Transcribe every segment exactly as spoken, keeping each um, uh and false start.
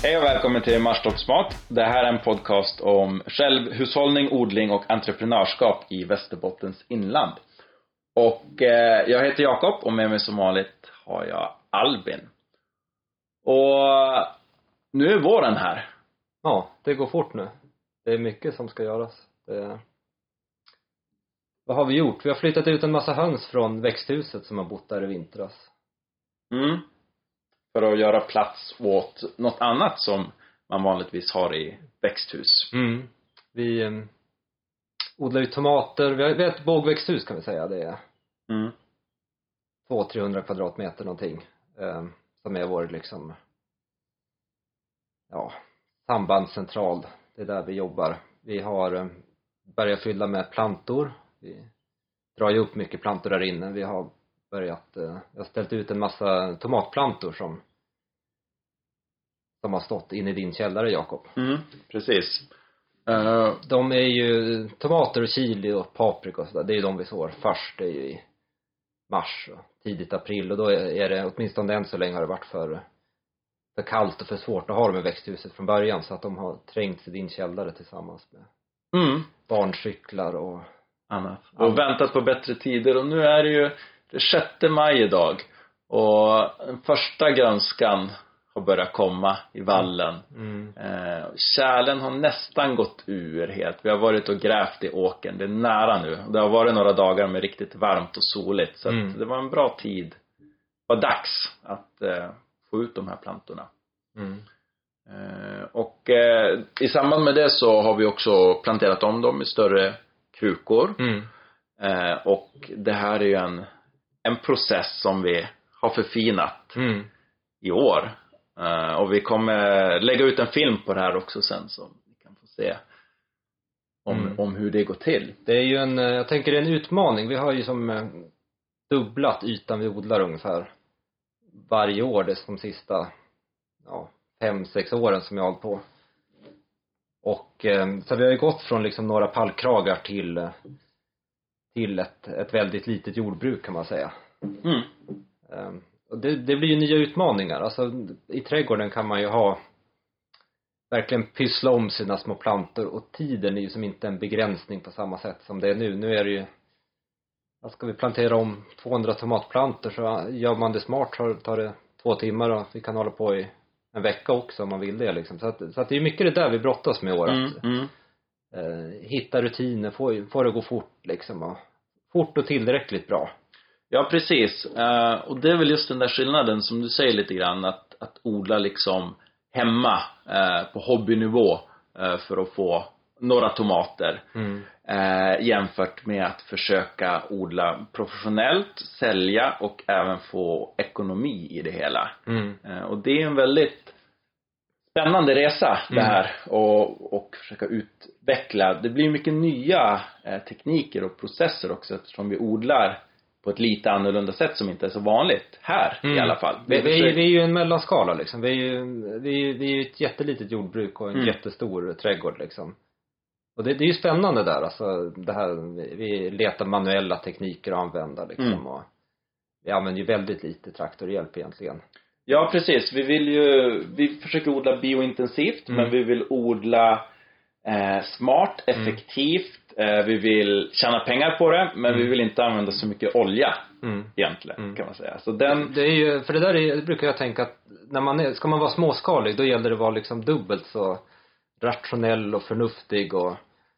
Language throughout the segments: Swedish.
Hej och välkommen till Marstoppsmat. Det här är en podcast om självhushållning, odling och entreprenörskap i Västerbottens inland. Och eh, jag heter Jakob och med mig som vanligt har jag Albin. Och nu är våren här. Ja, det går fort nu. Det är mycket som ska göras. Det... Vad har vi gjort? Vi har flyttat ut en massa höns från växthuset som har bott där i vintras. Mm. För att göra plats åt något annat som man vanligtvis har i växthus. Mm. Vi eh, odlar ju tomater. Vi har, vi har ett bågväxthus kan vi säga. Det är mm. två till trehundra kvadratmeter någonting. Eh, som är vår liksom ja, sambandscentral. Det är där vi jobbar. Vi har eh, börjat fylla med plantor. Vi drar ju upp mycket plantor där inne. Vi har börjat, eh, jag har ställt ut en massa tomatplantor som som har stått inne i din källare, Jakob. Mm, precis. Uh, de är ju tomater och chili och paprika och sådär. Det är ju de vi sår först. Det är ju i mars och tidigt april. Och då är det, åtminstone än så länge har det varit för, för kallt och för svårt att ha dem i växthuset från början. Så att de har trängt i din källare tillsammans med mm. barncyklar och annat. Och annat. Väntat på bättre tider. Och nu är det ju det sjätte maj idag. Och den första grönskan har börjat komma i vallen. Mm. Eh, kärlen har nästan gått ur helt. Vi har varit och grävt i åkern. Det är nära nu. Det har varit några dagar med riktigt varmt och soligt. Så mm. att det var en bra tid. Det var dags att eh, få ut de här plantorna. Mm. Eh, och eh, i samband med det så har vi också planterat om dem i större krukor. Mm. Eh, och det här är ju en, en process som vi har förfinat mm. i år. Uh, och vi kommer lägga ut en film på det här också sen, så ni kan få se om, mm. om hur det går till. Det är ju en, jag tänker det är en utmaning. Vi har ju som dubblat ytan vi odlar ungefär varje år. Det är de sista ja, fem, sex åren som jag har hållit på. Och så vi har ju gått från liksom några pallkragar till till ett, ett väldigt litet jordbruk kan man säga. Mm. Um, Och det, det blir ju nya utmaningar. Alltså, i trädgården kan man ju ha verkligen pyssla om sina små plantor. Och tiden är ju som inte en begränsning på samma sätt som det är nu. Nu är det ju, ska vi plantera om tvåhundra tomatplantor, så gör man det smart så tar det två timmar. Och vi kan hålla på i en vecka också om man vill det liksom. Så, att, så att det är mycket det där vi brottas med i år. mm, att, mm. eh, hitta rutiner, få, få det gå fort liksom. Och, fort och tillräckligt bra. Ja, precis. Uh, och det är väl just den där skillnaden som du säger lite grann. Att, att odla liksom hemma uh, på hobbynivå uh, för att få några tomater. Mm. Uh, jämfört med att försöka odla professionellt, sälja och även få ekonomi i det hela. Mm. Uh, och det är en väldigt spännande resa det här. Mm. Och, och försöka utveckla. Det blir mycket nya uh, tekniker och processer också, eftersom vi odlar på ett lite annorlunda sätt som inte är så vanligt här mm. i alla fall. Vi, vi, är, vi är ju en mellanskala liksom. Vi är ju, vi, vi är ju ett jättelitet jordbruk och en mm. jättestor trädgård liksom. Och det, det är ju spännande där alltså, det här, vi, vi letar manuella tekniker att använda liksom. Mm. Och vi använder ju väldigt lite traktorhjälp egentligen. Ja, precis. Vi vill ju, vi försöker odla biointensivt, mm. men vi vill odla eh, smart, effektivt. Mm. Vi vill tjäna pengar på det, men mm. vi vill inte använda så mycket olja mm. egentligen, mm. kan man säga. Så den... det är ju, för det där är, brukar jag tänka att när man är, ska man vara småskalig, då gäller det att vara liksom dubbelt så rationell och förnuftig. Och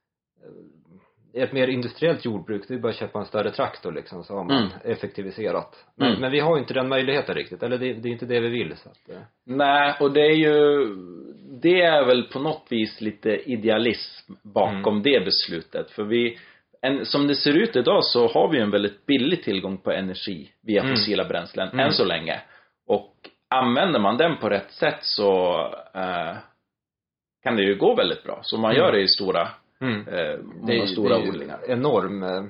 ett mer industriellt jordbruk, det är bara att köpa en större traktor liksom, så har man mm. effektiviserat. Men, mm. men vi har ju inte den möjligheten riktigt, eller det, det är inte det vi vill. Så att, nej, och det är ju, det är väl på något vis lite idealism bakom mm. det beslutet. För vi, en, som det ser ut idag så har vi en väldigt billig tillgång på energi via mm. fossila bränslen mm. än så länge. Och använder man den på rätt sätt så eh, kan det ju gå väldigt bra. Så man mm. gör det i stora Mm. Eh, det är, stora det är odlingar. Enorm eh,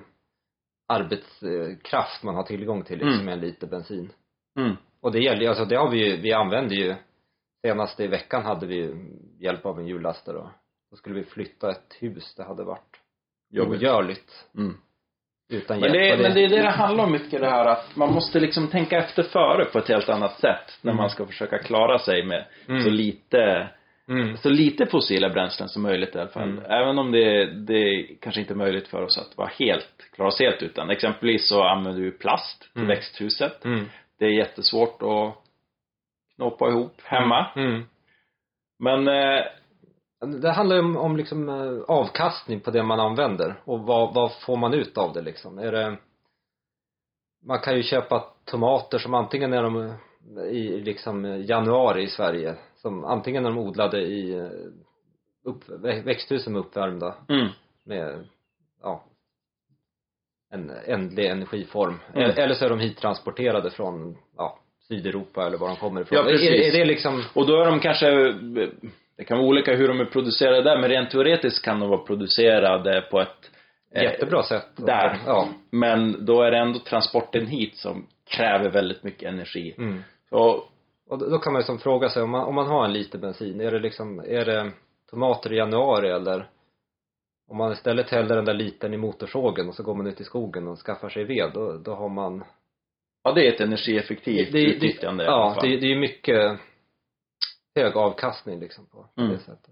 arbetskraft man har tillgång till liksom, mm. en liter bensin. Mm. Och det gäller alltså det har vi ju, vi använder ju senast i veckan hade vi hjälp av en hjullastare och då skulle vi flytta ett hus. Det hade varit ogörligt. Mm. utan men, hjälp. det, men det är det det handlar om mycket, det här att man måste liksom tänka efter före på ett helt annat sätt när Mm. man ska försöka klara sig med Mm. så lite Mm. så lite fossila bränslen som möjligt i alla fall. Mm. Även om det, det kanske inte är möjligt för oss att vara helt, klara oss helt utan. Exempelvis så använder vi plast till Mm. växthuset. Mm. Det är jättesvårt att knåpa ihop hemma. Mm. Men eh, Det handlar ju om, om liksom eh, avkastning på det man använder. Och vad, vad får man ut av det liksom? Är det, man kan ju köpa tomater som antingen är de i liksom januari i Sverige. Som antingen är de odlade i eh, upp, växthus som är uppvärmda. mm, Med ja, en ändlig energiform. Mm. Eller så är de hit transporterade från ja, Sydeuropa eller var de kommer ifrån. Ja, precis. Är, är det liksom... och då är de kanske, det kan vara olika hur de är producerade där, men rent teoretiskt kan de vara producerade på ett eh, Jättebra sätt. där. Ja. Men då är det ändå transporten hit som kräver väldigt mycket energi. Mm. Så, Och då, då kan man ju som fråga sig om man, om man har en liter bensin, är det liksom, är det tomater i januari eller om man istället häller den där liten i motorsågen och så går man ut i skogen och skaffar sig ved, då, då har man ja, det är ett energieffektivt det, utnyttjande det, i alla ja, fall. det, det är ju mycket hög avkastning liksom på, på Mm. det sättet.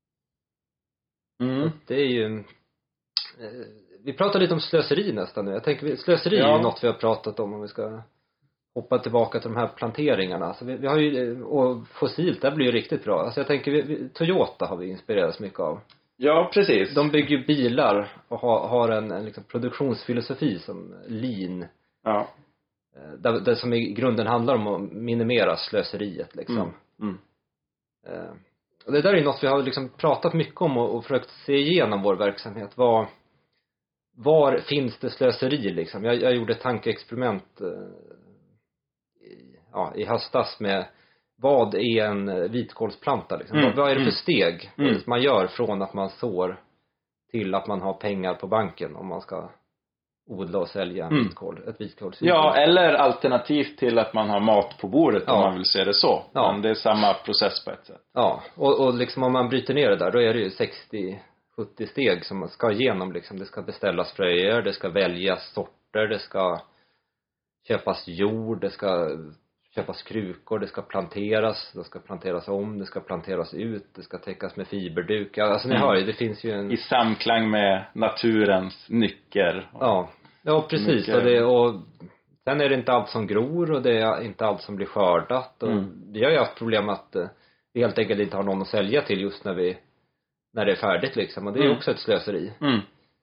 Mm. Det är ju eh, vi pratar lite om slöseri nästan nu. Jag tänker, slöseri Ja. är ju något vi har pratat om om vi ska hoppa tillbaka till de här planteringarna. Så vi, vi har ju, och fossilt, det blir ju riktigt bra. Alltså jag tänker, vi, vi, Toyota har vi inspirerats mycket av. Ja, precis. De bygger ju bilar och har, har en, en liksom produktionsfilosofi som lean. Ja. eh, Där, där som i grunden handlar om att minimera slöseriet liksom. Mm. Mm. Eh, Och det där är ju något vi har liksom pratat mycket om och, och försökt se igenom vår verksamhet. Var, var finns det slöseri liksom? Jag, jag gjorde ett tankeexperiment eh, i, ja, i höstas med vad är en vitkålsplanta liksom? Mm. Vad, vad är det för Mm. steg Mm. man gör från att man sår till att man har pengar på banken om man ska odla och sälja Mm. vitkål, ett vitkålshuvud? Ja, eller alternativt till att man har mat på bordet Ja. om man vill se det så. Ja. Men det är samma process på ett sätt. Ja, och, och liksom om man bryter ner det där, då är det ju sextio sjuttio steg som man ska igenom liksom. Det ska beställas fröer, det ska väljas sorter, det ska köpas jord, det ska köpas krukor, det ska planteras, det ska planteras om, det ska planteras ut, det ska täckas med fiberduk. Ja, alltså ni Mm. hör ju, det finns ju en... I samklang med naturens nycker. Ja, ja precis. Mycket- Och, det, och sen är det inte allt som gror och det är inte allt som blir skördat. Och Mm. vi har ju haft problem att eh, vi helt enkelt inte har någon att sälja till just när vi när det är färdigt liksom. Och det är Mm. också ett slöseri. Mm.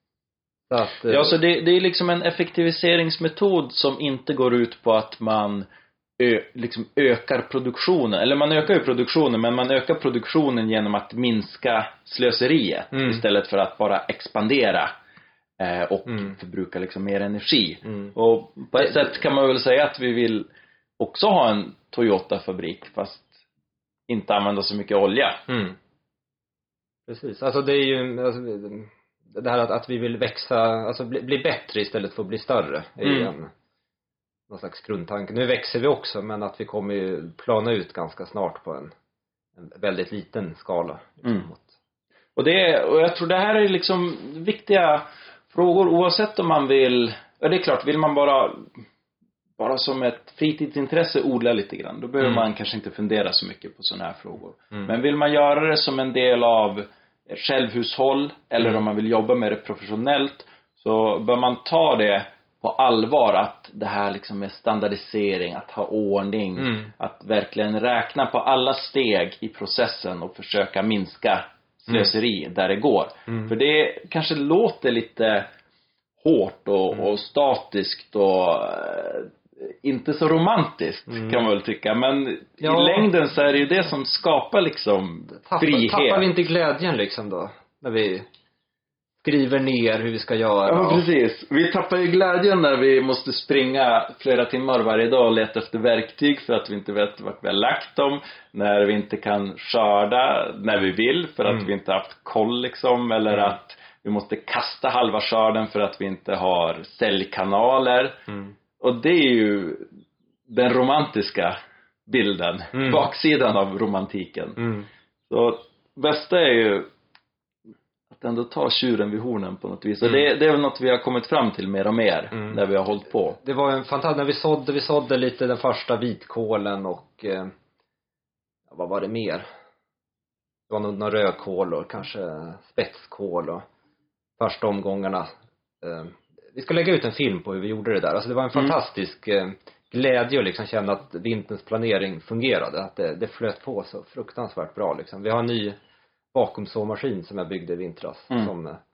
Så att, eh, Ja, så det, det är liksom en effektiviseringsmetod som inte går ut på att man ö, liksom ökar produktionen. Eller man ökar ju produktionen, men man ökar produktionen genom att minska slöseriet Mm. istället för att bara expandera eh, och Mm. förbruka liksom mer energi. Mm. Och på ett Det- sätt kan man väl säga att vi vill också ha en Toyota-fabrik fast inte använda så mycket olja. Mm. Precis, alltså det är ju alltså, det här att, att vi vill växa, alltså bli, bli bättre istället för att bli större är ju Mm. en någon slags grundtanke. Nu växer vi också, men att vi kommer ju plana ut ganska snart på en, en väldigt liten skala liksom, Mm. mot. Och, det, och jag tror det här är liksom viktiga frågor oavsett om man vill, ja det är klart, vill man bara bara som ett fritidsintresse odla lite grann, då behöver Mm. man kanske inte fundera så mycket på sådana här frågor. Mm. Men vill man göra det som en del av självhushåll eller Mm. om man vill jobba med det professionellt, så bör man ta det på allvar att det här liksom är standardisering, att ha ordning, Mm. att verkligen räkna på alla steg i processen och försöka minska slöseri där det går. Mm. För det kanske låter lite hårt och, Mm. och statiskt och eh, inte så romantiskt Mm. kan man väl tycka, men Ja. i längden så är det ju det som skapar liksom Tappar, frihet. tappar vi inte glädjen liksom då? När vi skriver ner hur vi ska göra. Ja, och- precis. Vi tappar ju glädjen när vi måste springa flera timmar varje dag och leta efter verktyg för att vi inte vet vart vi har lagt dem. När vi inte kan skörda när vi vill för att Mm. vi inte har haft koll liksom. Eller Mm. att vi måste kasta halva skörden för att vi inte har säljkanaler. Mm. Och det är ju den romantiska bilden. Mm. Baksidan av romantiken. Mm. Så bästa är ju att att ändå ta tjuren vid hornen på något vis. Och Mm. det, det är väl något vi har kommit fram till mer och mer Mm. när vi har hållit på. Det var en fantastisk, när vi sådde, vi sådde lite den första vitkålen och eh, vad var det mer? Det var nog några rödkål och kanske spetskål och första omgångarna. Eh, vi ska lägga ut en film på hur vi gjorde det där. Alltså det var en Mm. fantastisk eh, glädje att liksom känna att vinterns planering fungerade. Att det, det flöt på så fruktansvärt bra liksom. Vi har en ny vakuumsåmaskin som jag byggde i vintras. Mm. Som eh,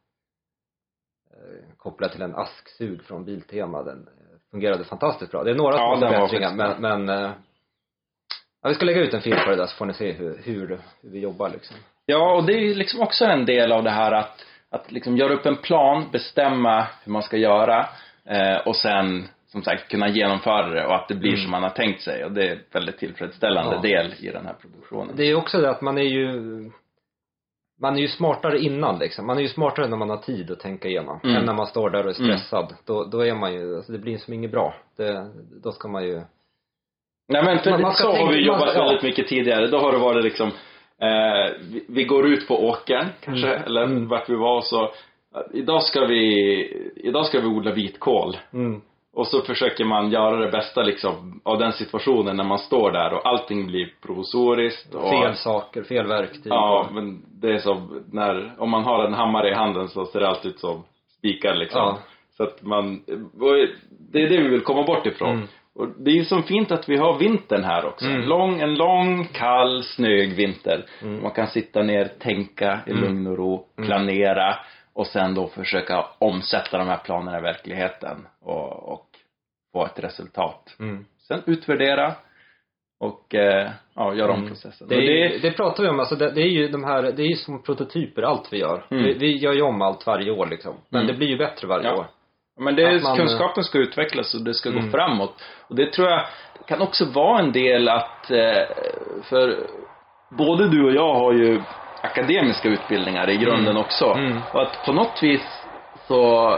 kopplad till en asksug från Biltema. Den eh, fungerade fantastiskt bra. Det är några Ja, små den var förbättringar. faktiskt Men, men eh, ja, vi ska lägga ut en film på det där så får ni se hur, hur, hur vi jobbar liksom. Ja, och det är ju liksom också en del av det här att, att liksom göra upp en plan, bestämma hur man ska göra eh, och sen som sagt kunna genomföra det och att det blir Mm. som man har tänkt sig. Och det är en väldigt tillfredsställande Ja. del i den här produktionen. Det är ju också det att man är ju man är ju smartare innan liksom. Man är ju smartare när man har tid att tänka igenom. Mm. Än när man står där och är stressad. Mm. Då, då är man ju, alltså det blir som inget bra. Det, då ska man ju Nej, men för Man- man ska så har tänka- vi jobbat man ska- väldigt mycket tidigare. Då har det varit liksom eh, vi, vi går ut på åkern kanske Mm. eller Mm. vart vi var och så eh, idag ska vi idag ska vi odla vitkål. mm. Och så försöker man göra det bästa liksom av den situationen när man står där och allting blir provisoriskt och fel saker, fel verktyg. ja, och, men det är som när om man har en hammare i handen så ser det alltid ut som spikar liksom. Ja. Så att man och det är det vi vill komma bort ifrån. Mm. Och det är ju så fint att vi har vintern här också. Mm. En lång, en lång, kall, snöig vinter. Mm. Man kan sitta ner, tänka i Mm. lugn och ro, planera och sen då försöka omsätta de här planerna i verkligheten och, och få ett resultat. Mm. Sen utvärdera och eh, ja, göra om Mm. processen. Det, Och är, det, det pratar vi om, alltså det, det är ju de här, det är ju som prototyper allt vi gör. Mm. Vi, vi gör ju om allt varje år liksom. Men Mm. det blir ju bättre varje Ja. år. men det, att man- kunskapen ska utvecklas och det ska gå Mm. framåt. Och det tror jag kan också vara en del att eh, för både du och jag har ju akademiska utbildningar i grunden Mm. också. Mm. Och att på något vis så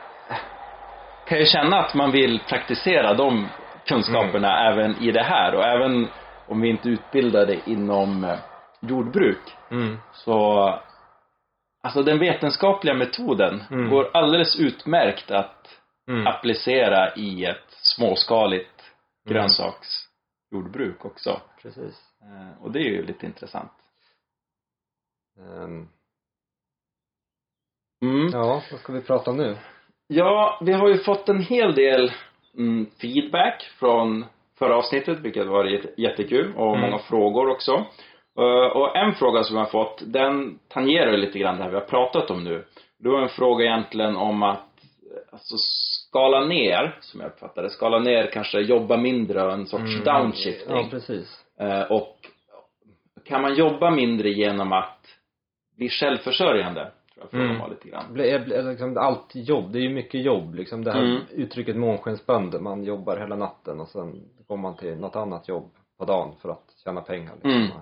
kan jag känna att man vill praktisera de kunskaperna även i det här. Och även om vi inte utbildar det inom eh, jordbruk Mm. så alltså den vetenskapliga metoden Mm. går alldeles utmärkt att Mm. applicera i ett småskaligt Mm. grönsaksjordbruk också. Precis. Eh, Och det är ju lite intressant. Um, Mm. ja, vad ska vi prata om nu? Ja, vi har ju fått en hel del mm, feedback från förra avsnittet, vilket var jätte- jättekul och Mm. många frågor också. Eh, Och en fråga som jag har fått, den tangerar ju lite grann det här vi har pratat om nu. Det var en fråga egentligen om att eh, alltså, skala ner, som jag uppfattar det, skala ner, kanske jobba mindre och en sorts Mm. downshifting. Ja, precis. Eh, Och kan man jobba mindre genom att bli självförsörjande? Tror jag frågan Mm. var lite grann. Bli- bli- liksom, allt jobb, det är ju mycket jobb liksom. Det här Mm. uttrycket månskensbönder, man jobbar hela natten och sen går man till något annat jobb på dagen för att tjäna pengar liksom. Mm.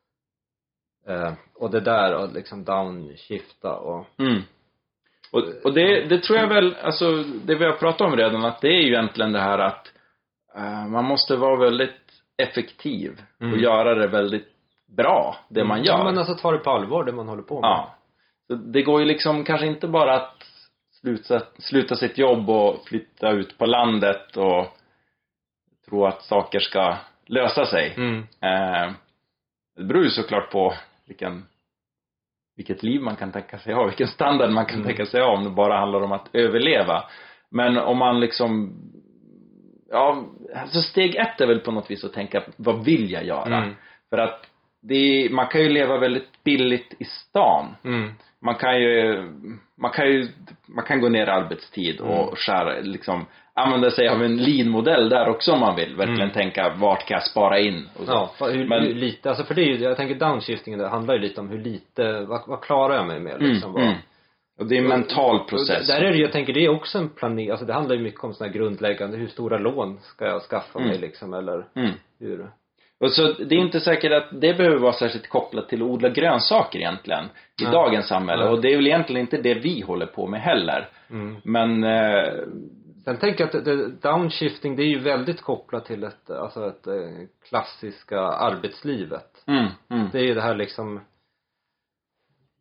Eh, och det där och liksom downshifta och Mm. Och, och det, det tror jag väl, alltså det vi har pratat om redan, att det är ju egentligen det här att eh, man måste vara väldigt effektiv och Mm. göra det väldigt bra, det man gör. Ja, men alltså ta det på allvar det man håller på med. Ja. Så det går ju liksom kanske inte bara att sluta, sluta sitt jobb och flytta ut på landet och tro att saker ska lösa sig. Mm. Eh, det beror ju såklart på vilken, vilket liv man kan tänka sig ha, vilken standard man kan Mm. tänka sig ha, om det bara handlar om att överleva. Men om man liksom, ja, alltså steg ett är väl på något vis att tänka, vad vill jag göra? Mm. För att det är, man kan ju leva väldigt billigt i stan. Mm. Man kan ju man kan ju man kan gå ner i arbetstid och Mm. skära, liksom använda sig av en lean-modell där också om man vill verkligen Mm. tänka vart kan jag spara in och så. Ja, för hur, Men- hur lite, alltså för det är ju, jag tänker downshiftingen, det handlar ju lite om hur lite, vad, vad klarar jag mig med liksom, mm, vad, mm. Och det är en mental process. Där är det, jag tänker det är också en planering, alltså det handlar ju mycket om sådana här grundläggande, hur stora lån ska jag skaffa Mm. mig liksom, eller Mm. hur. Och så det är inte säkert att det behöver vara särskilt kopplat till att odla grönsaker egentligen i Nej. dagens samhälle. Nej. Och det är väl egentligen inte det vi håller på med heller. Mm. Men eh, Sen tänker jag att det, det, downshifting, det är ju väldigt kopplat till ett, alltså ett eh, klassiska arbetslivet. mm, mm, Det är ju det här liksom,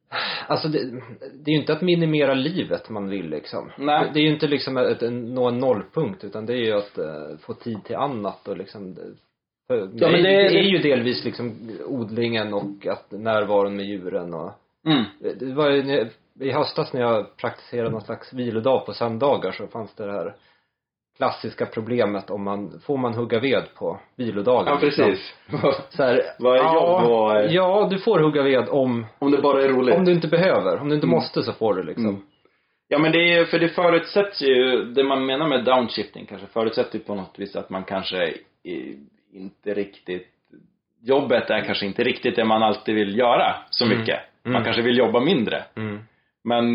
Alltså det, det är ju inte att minimera livet man vill liksom. Nej. Det är ju inte liksom att nå en nollpunkt, utan det är ju att uh, få tid till annat och liksom för, ja, men det, det, det är ju delvis liksom odlingen och att närvaron med djuren och mm. det var ju, i höstas när jag praktiserade någon slags vilodag på söndagar så fanns det det här klassiska problemet om man får man hugga ved på vilodagen. Ja, precis. Så här, vad är ja, jobb och... ja, du får hugga ved om om det bara är roligt. Om du inte behöver, om du inte mm. måste så får du liksom. Mm. Ja, men det är för det förutsätts ju, det man menar med downshifting kanske förutsätter på något vis att man kanske inte riktigt, jobbet är kanske inte riktigt det man alltid vill göra så mycket. Mm. Man Mm. kanske vill jobba mindre. Mm. Men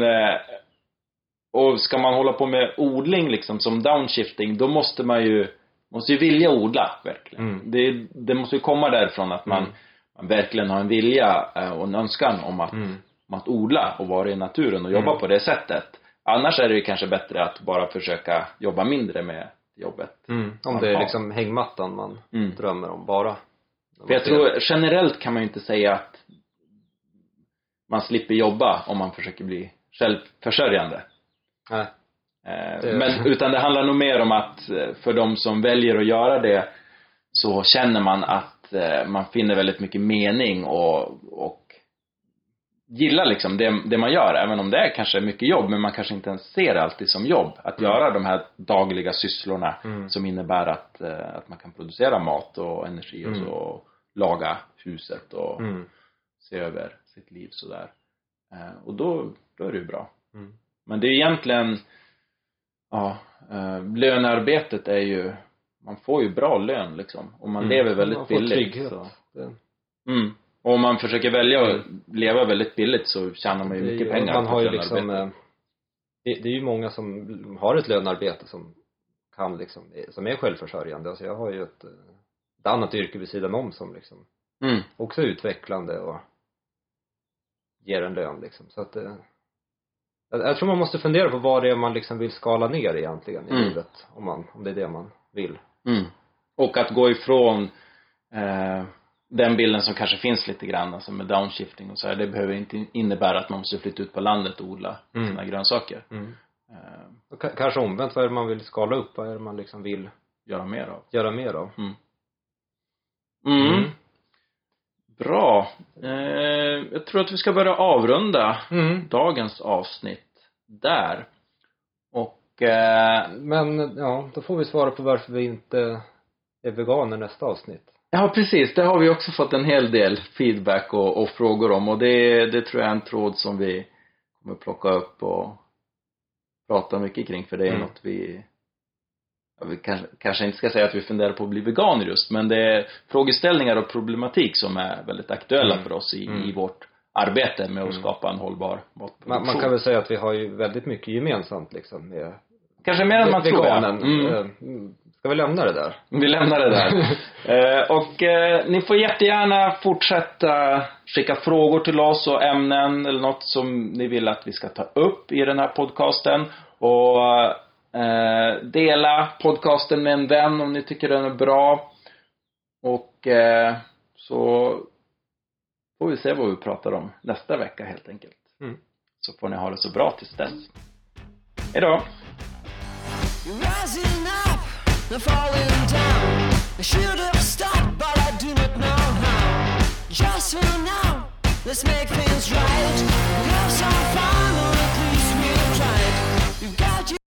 och ska man hålla på med odling liksom som downshifting, då måste man ju måste ju vilja odla verkligen. Mm. Det, det måste ju komma därifrån att man, Mm. man verkligen har en vilja och en önskan om att, Mm. om att odla och vara i naturen och jobba Mm. på det sättet. Annars är det ju kanske bättre att bara försöka jobba mindre med jobbet. Mm. Om det är liksom hängmattan man mm. drömmer om bara. För jag tror generellt kan man ju inte säga att man slipper jobba om man försöker bli självförsörjande. Nej. Eh, men utan det handlar nog mer om att för de som väljer att göra det så känner man att eh, man finner väldigt mycket mening och, och gillar liksom det, det man gör, även om det är kanske mycket jobb, men man kanske inte ens ser det alltid som jobb att mm. göra de här dagliga sysslorna mm. som innebär att, eh, att man kan producera mat och energi och mm. så, och laga huset och mm. se över sitt liv sådär. Eh, och då, då är det ju bra. Mm. Men det är egentligen ja, eh, lönearbetet är ju, man får ju bra lön liksom, och man mm. lever väldigt man får billigt trygghet. så. Det... Mm. Och om man försöker välja att leva väldigt billigt så tjänar man ju mycket är, pengar man på har ju lönearbete. liksom eh, det, det är ju många som har ett lönearbete som kan liksom, som är självförsörjande. Alltså jag har ju ett, ett annat yrke vid sidan om som liksom mm. också är utvecklande och ger en lön liksom. Så att eh, jag, jag tror man måste fundera på vad det är man liksom vill skala ner egentligen i mm. livet, om, man, om det är det man vill. Mm. Och att gå ifrån eh, den bilden som kanske finns lite grann alltså med downshifting och så här, det behöver inte innebära att man måste flytta ut på landet och odla mm. sina grönsaker. Mm. Eh, och k- kanske omvänt, vad är det man vill skala upp, vad är det man liksom vill göra mer av. göra mer av. Mm. Mm. Mm. Bra. Eh, jag tror att vi ska börja avrunda mm. dagens avsnitt där. Och eh, men ja, då får vi svara på varför vi inte är veganer nästa avsnitt. ja, precis. Det har vi också fått en hel del feedback och, och frågor om. Och det, det tror jag är en tråd som vi kommer plocka upp och prata mycket kring. För det är mm. något vi... Ja, vi kanske, kanske inte ska säga att vi funderar på att bli veganer just. Men det är frågeställningar och problematik som är väldigt aktuella mm. för oss i, mm. i vårt arbete med att mm. skapa en hållbar matproduktion. Man, man kan väl säga att vi har ju väldigt mycket gemensamt liksom med... Kanske mer än man tror. Mm. Ska vi lämna det där? Vi lämnar det där. eh, och eh, ni får jättegärna fortsätta skicka frågor till oss och ämnen eller något som ni vill att vi ska ta upp i den här podcasten. Och eh, dela podcasten med en vän om ni tycker den är bra. Och eh, så får vi se vad vi pratar om nästa vecka helt enkelt. Mm. Så får ni ha det så bra tills dess. Hejdå! Rising up, the falling down. I should have stopped, but I do not know how. Just for now, let's make things right.